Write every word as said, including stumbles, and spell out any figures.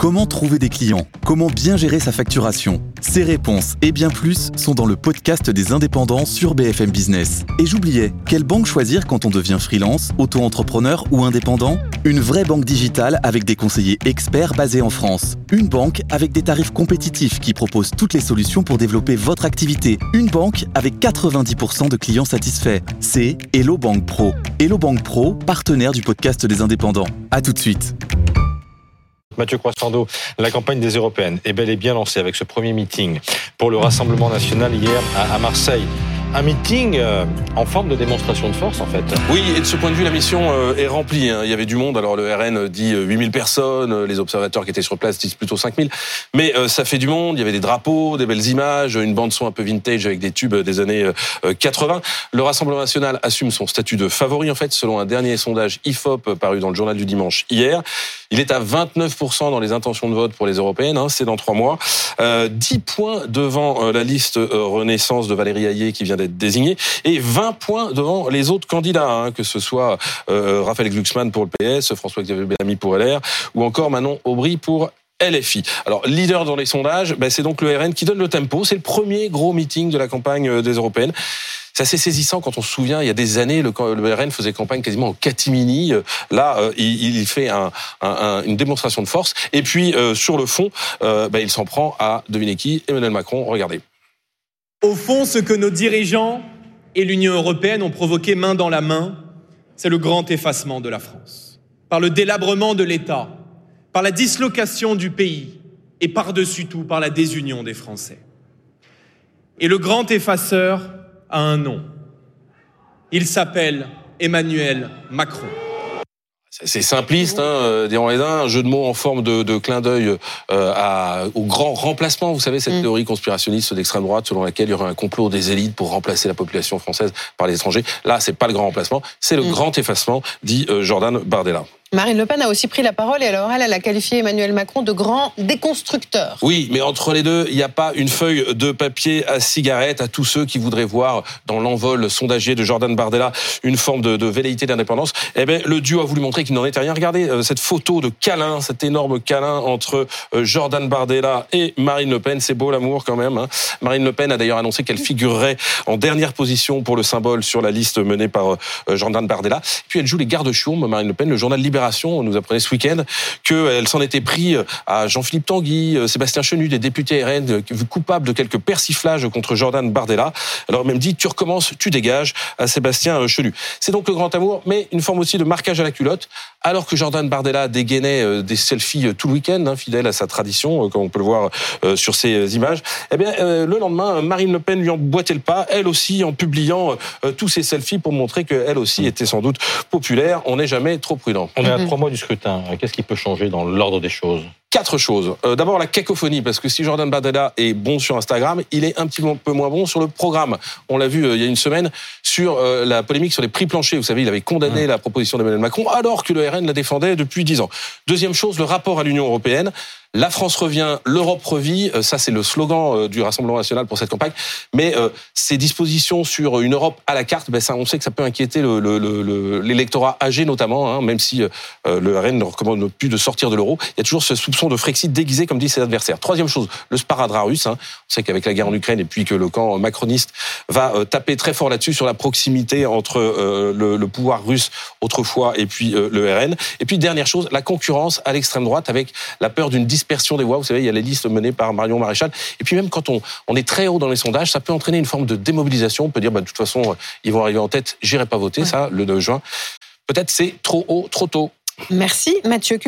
Comment trouver des clients ? Comment bien gérer sa facturation ? Ces réponses et bien plus sont dans le podcast des indépendants sur B F M Business. Et j'oubliais, quelle banque choisir quand on devient freelance, auto-entrepreneur ou indépendant ? Une vraie banque digitale avec des conseillers experts basés en France. Une banque avec des tarifs compétitifs qui propose toutes les solutions pour développer votre activité. Une banque avec quatre-vingt-dix pour cent de clients satisfaits. C'est Hello Bank Pro. Hello Bank Pro, partenaire du podcast des indépendants. À tout de suite. Mathieu Croissando, la campagne des Européennes est bel et bien lancée avec ce premier meeting pour le Rassemblement National hier à Marseille. Un meeting euh, en forme de démonstration de force, en fait. Oui, et de ce point de vue, la mission euh, est remplie. Hein. Il y avait du monde. Alors, le R N dit huit mille personnes. Les observateurs qui étaient sur place disent plutôt cinq mille. Mais euh, ça fait du monde. Il y avait des drapeaux, des belles images, une bande-son un peu vintage avec des tubes des années euh, quatre-vingts. Le Rassemblement National assume son statut de favori, en fait, selon un dernier sondage I F O P paru dans le journal du dimanche hier. Il est à vingt-neuf pour cent dans les intentions de vote pour les européennes. Hein, c'est dans trois mois. Euh, dix points devant euh, la liste euh, Renaissance de Valérie Hayé qui vient d'être désignée. Et vingt points devant les autres candidats, hein, que ce soit euh, Raphaël Glucksmann pour le P S, François-Xavier Bellamy pour L R ou encore Manon Aubry pour L F I. Alors, leader dans les sondages, ben, c'est donc le R N qui donne le tempo. C'est le premier gros meeting de la campagne des européennes. C'est assez saisissant quand on se souvient, il y a des années, le, le R N faisait campagne quasiment en catimini. Là, euh, il, il fait un, un, une démonstration de force. Et puis, euh, sur le fond, euh, bah, il s'en prend à, devinez qui, Emmanuel Macron. Regardez. Au fond, ce que nos dirigeants et l'Union européenne ont provoqué main dans la main, c'est le grand effacement de la France. Par le délabrement de l'État, par la dislocation du pays et par-dessus tout par la désunion des Français. Et le grand effaceur a un nom. Il s'appelle Emmanuel Macron. C'est simpliste, hein, dirons les uns, un jeu de mots en forme de, de clin d'œil euh, à, au grand remplacement. Vous savez, cette mmh. théorie conspirationniste d'extrême droite selon laquelle il y aurait un complot des élites pour remplacer la population française par les étrangers. Là, c'est pas le grand remplacement, c'est le mmh. grand effacement, dit euh, Jordan Bardella. Marine Le Pen a aussi pris la parole et alors elle, elle a qualifié Emmanuel Macron de grand déconstructeur. Oui, mais entre les deux, il n'y a pas une feuille de papier à cigarette à tous ceux qui voudraient voir dans l'envol sondagier de Jordan Bardella une forme de, de velléité d'indépendance. Eh bien, le duo a voulu montrer qu'il n'en était rien. Regardez euh, cette photo de câlin, cet énorme câlin entre euh, Jordan Bardella et Marine Le Pen. C'est beau l'amour quand même. Hein. Marine Le Pen a d'ailleurs annoncé qu'elle figurerait en dernière position pour le symbole sur la liste menée par euh, Jordan Bardella. Et puis elle joue les gardes-chiourmes, Marine Le Pen. Le journal Libération nous apprenait ce week-end qu'elle s'en était pris à Jean-Philippe Tanguy, Sébastien Chenu, des députés R N, coupables de quelques persiflages contre Jordan Bardella. Alors même dit, tu recommences, tu dégages à Sébastien Chenu. C'est donc le grand amour, mais une forme aussi de marquage à la culotte. Alors que Jordan Bardella dégainait des selfies tout le week-end, hein, fidèle à sa tradition, comme on peut le voir sur ces images, eh bien, le lendemain, Marine Le Pen lui emboîtait le pas, elle aussi, en publiant tous ses selfies pour montrer qu'elle aussi était sans doute populaire. On n'est jamais trop prudent. On est à trois mois du scrutin. Qu'est-ce qui peut changer dans l'ordre des choses ? Quatre choses. Euh, d'abord, la cacophonie, parce que si Jordan Bardella est bon sur Instagram, il est un petit peu moins bon sur le programme. On l'a vu euh, il y a une semaine sur euh, la polémique sur les prix planchers. Vous savez, il avait condamné mmh. la proposition d'Emmanuel Macron, alors que le R N la défendait depuis dix ans. Deuxième chose, le rapport à l'Union européenne. La France revient, l'Europe revit. Ça, c'est le slogan du Rassemblement National pour cette campagne. Mais euh, ces dispositions sur une Europe à la carte, ben ça, on sait que ça peut inquiéter le, le, le, l'électorat âgé notamment, hein, même si euh, le R N ne recommande plus de sortir de l'euro. Il y a toujours ce soupçon de Frexit déguisé, comme disent ses adversaires. Troisième chose, le sparadrap russe. Hein. On sait qu'avec la guerre en Ukraine et puis que le camp macroniste va euh, taper très fort là-dessus sur la proximité entre euh, le, le pouvoir russe autrefois et puis euh, le R N. Et puis dernière chose, la concurrence à l'extrême droite avec la peur d'une dispersion des voix. Vous savez, il y a les listes menées par Marion Maréchal. Et puis même quand on, on est très haut dans les sondages, ça peut entraîner une forme de démobilisation. On peut dire, bah, de toute façon, ils vont arriver en tête, j'irai pas voter, ouais. ça, le deux juin. Peut-être c'est trop haut, trop tôt. Merci Mathieu.